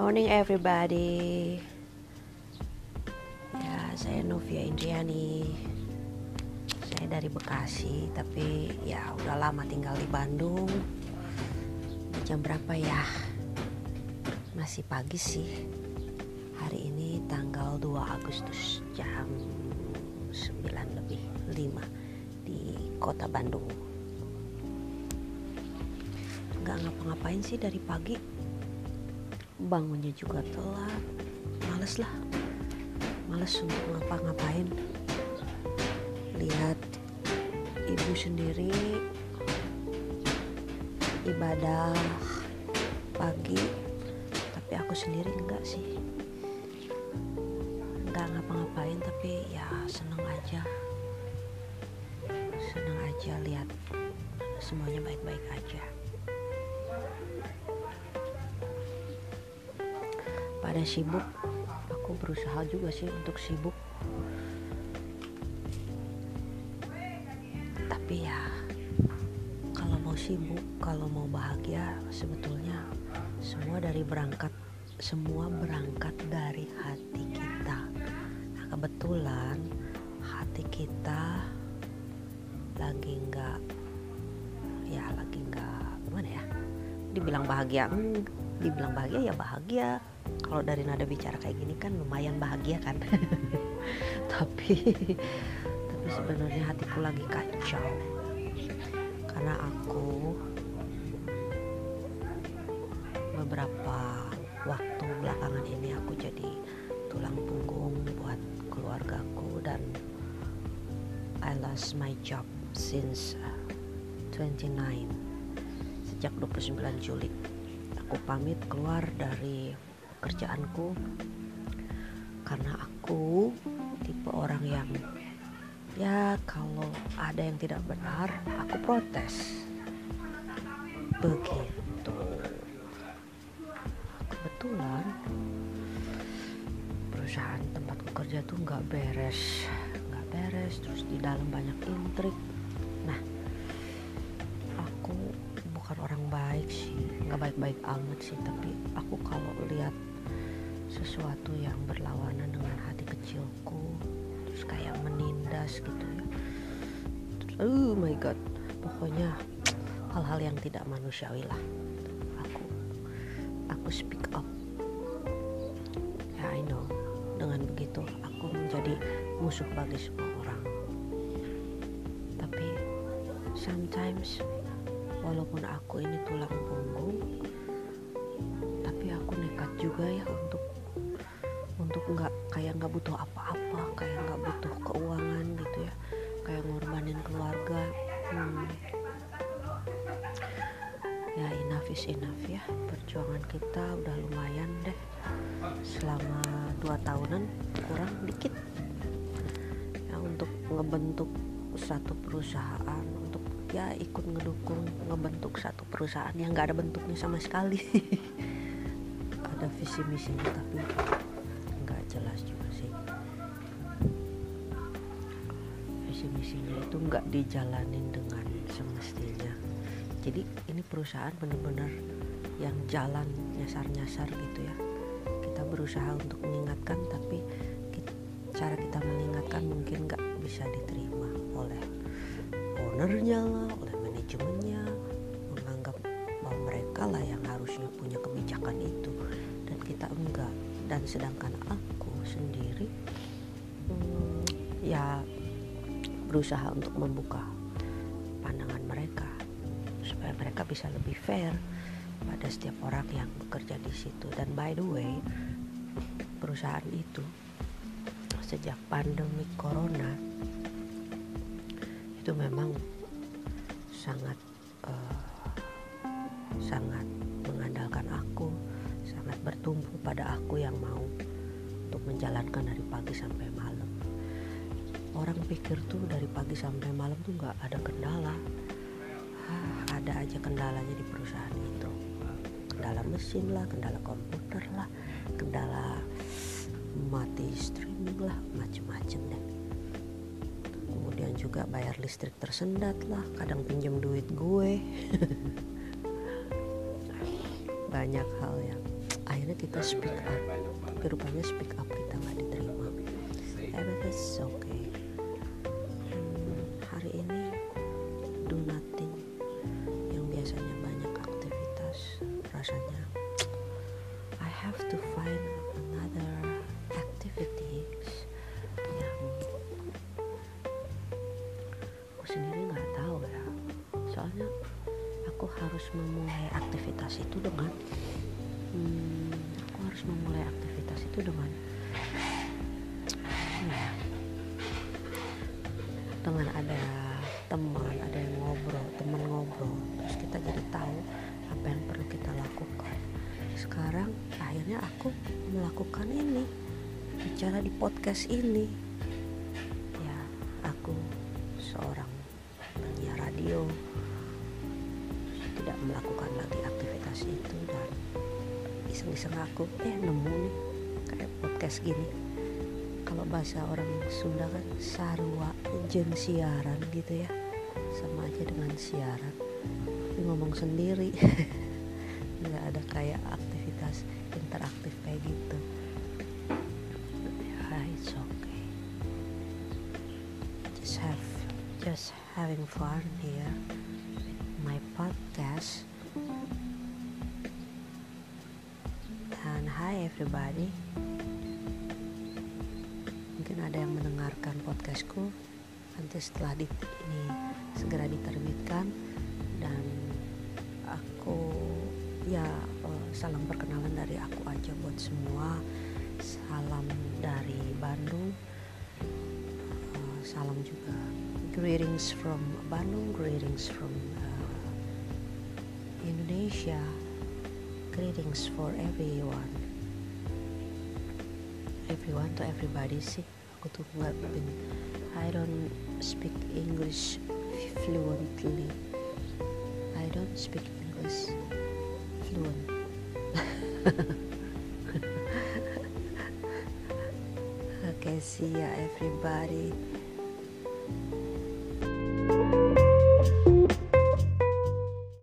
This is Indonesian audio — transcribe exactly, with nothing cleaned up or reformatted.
Morning everybody. Ya, saya Novia Indriani. Saya dari Bekasi, tapi ya udah lama tinggal di Bandung. Jam berapa ya? Masih pagi sih. Hari ini tanggal dua Agustus jam sembilan lebih lima di kota Bandung. Gak ngapa-ngapain sih dari pagi. Bangunnya juga telat, males lah, males untuk ngapa-ngapain. Lihat ibu sendiri ibadah pagi, tapi aku sendiri enggak sih, enggak ngapa-ngapain, tapi ya seneng aja, seneng aja lihat semuanya baik-baik aja. Pada sibuk, aku berusaha juga sih untuk sibuk, tapi ya kalau mau sibuk, kalau mau bahagia, sebetulnya semua dari berangkat semua berangkat dari hati kita. Nah, kebetulan hati kita lagi nggak ya lagi nggak gimana ya, dibilang bahagia hmm, dibilang bahagia ya bahagia. Kalau dari nada bicara kayak gini kan lumayan bahagia kan. tapi tapi sebenarnya hatiku lagi kacau karena aku beberapa waktu belakangan ini aku jadi tulang punggung buat keluargaku, dan I lost my job since twenty-nine, sejak dua puluh sembilan Juli. Aku pamit keluar dari pekerjaanku karena aku tipe orang yang ya kalau ada yang tidak benar aku protes begitu. Kebetulan perusahaan tempat kerja tuh nggak beres nggak beres terus di dalam banyak intrik. Nah, aku bukan orang baik sih, nggak baik-baik amat sih, tapi aku kalau lihat sesuatu yang berlawanan dengan hati kecilku, terus kayak menindas gitu ya, terus, oh my god, pokoknya hal-hal yang tidak manusiawi lah, aku aku speak up. Ya, I know, dengan begitu aku menjadi musuh bagi semua orang. Tapi sometimes walaupun aku ini tulang punggung, tapi aku nekat juga ya untuk untuk nggak kayak nggak butuh apa-apa, kayak nggak butuh keuangan gitu ya, kayak ngorbanin keluarga. hmm. Ya enough is enough ya, perjuangan kita udah lumayan deh selama dua tahunan kurang dikit ya untuk ngebentuk satu perusahaan, untuk ya ikut ngedukung ngebentuk satu perusahaan yang nggak ada bentuknya sama sekali. Ada visi misinya tapi nggak jelas juga sih, visi misinya itu nggak dijalanin dengan semestinya. Jadi ini perusahaan benar-benar yang jalan nyasar-nyasar gitu ya. Kita berusaha untuk mengingatkan, tapi kita, cara kita mengingatkan mungkin nggak bisa diterima oleh ownernya lah, oleh manajemennya, menganggap bahwa mereka lah yang harusnya punya kebijakan itu dan kita enggak. Dan sedangkan aku sendiri hmm, ya berusaha untuk membuka pandangan mereka supaya mereka bisa lebih fair pada setiap orang yang bekerja di situ. Dan by the way, perusahaan itu sejak pandemi corona itu memang sangat uh, sangat mengandalkan aku, sangat bertumpu pada aku yang mau untuk menjalankan dari pagi sampai malam. Orang pikir tuh dari pagi sampai malam tuh nggak ada kendala. Hah, ada aja kendalanya di perusahaan itu. Kendala mesin lah, kendala komputer lah, kendala mati streaming lah, macem-macem deh. Kemudian juga bayar listrik tersendat lah, kadang pinjam duit gue. Banyak hal yang I akhirnya kita speak up, tapi rupanya speak up kita nggak diterima. Everything's okay. hmm, hari ini do nothing, yang biasanya banyak aktivitas, rasanya I have to find another activities yang aku sendiri nggak tahu ya. Soalnya aku harus memulai aktivitas itu dengan hmm, aku harus memulai aktivitas itu dengan ya, dengan ada teman, ada yang ngobrol, teman ngobrol, terus kita jadi tahu apa yang perlu kita lakukan. Sekarang akhirnya aku melakukan ini, bicara di podcast ini. Ya, aku seorang penyiar radio, tidak melakukan lagi aktivitas itu, dan iseng-iseng aku eh nemu nih kayak podcast gini. Kalau bahasa orang Sunda kan sarua jeung siaran gitu ya, sama aja dengan siaran, tapi ngomong sendiri. Nggak ada kayak aktivitas interaktif kayak gitu. Ya, it's okay. Just have just having fun here with my podcast. And hi everybody. Mungkin ada yang mendengarkan podcastku nanti setelah di, ini segera diterbitkan, dan aku ya uh, salam perkenalan dari aku aja buat semua. Salam dari Bandung, uh, salam juga greetings from Bandung, greetings from uh, Indonesia, greetings for everyone everyone to everybody sih. Aku tuh nggak bin I don't speak English fluently. I don't speak English fluent. Okay, see ya everybody.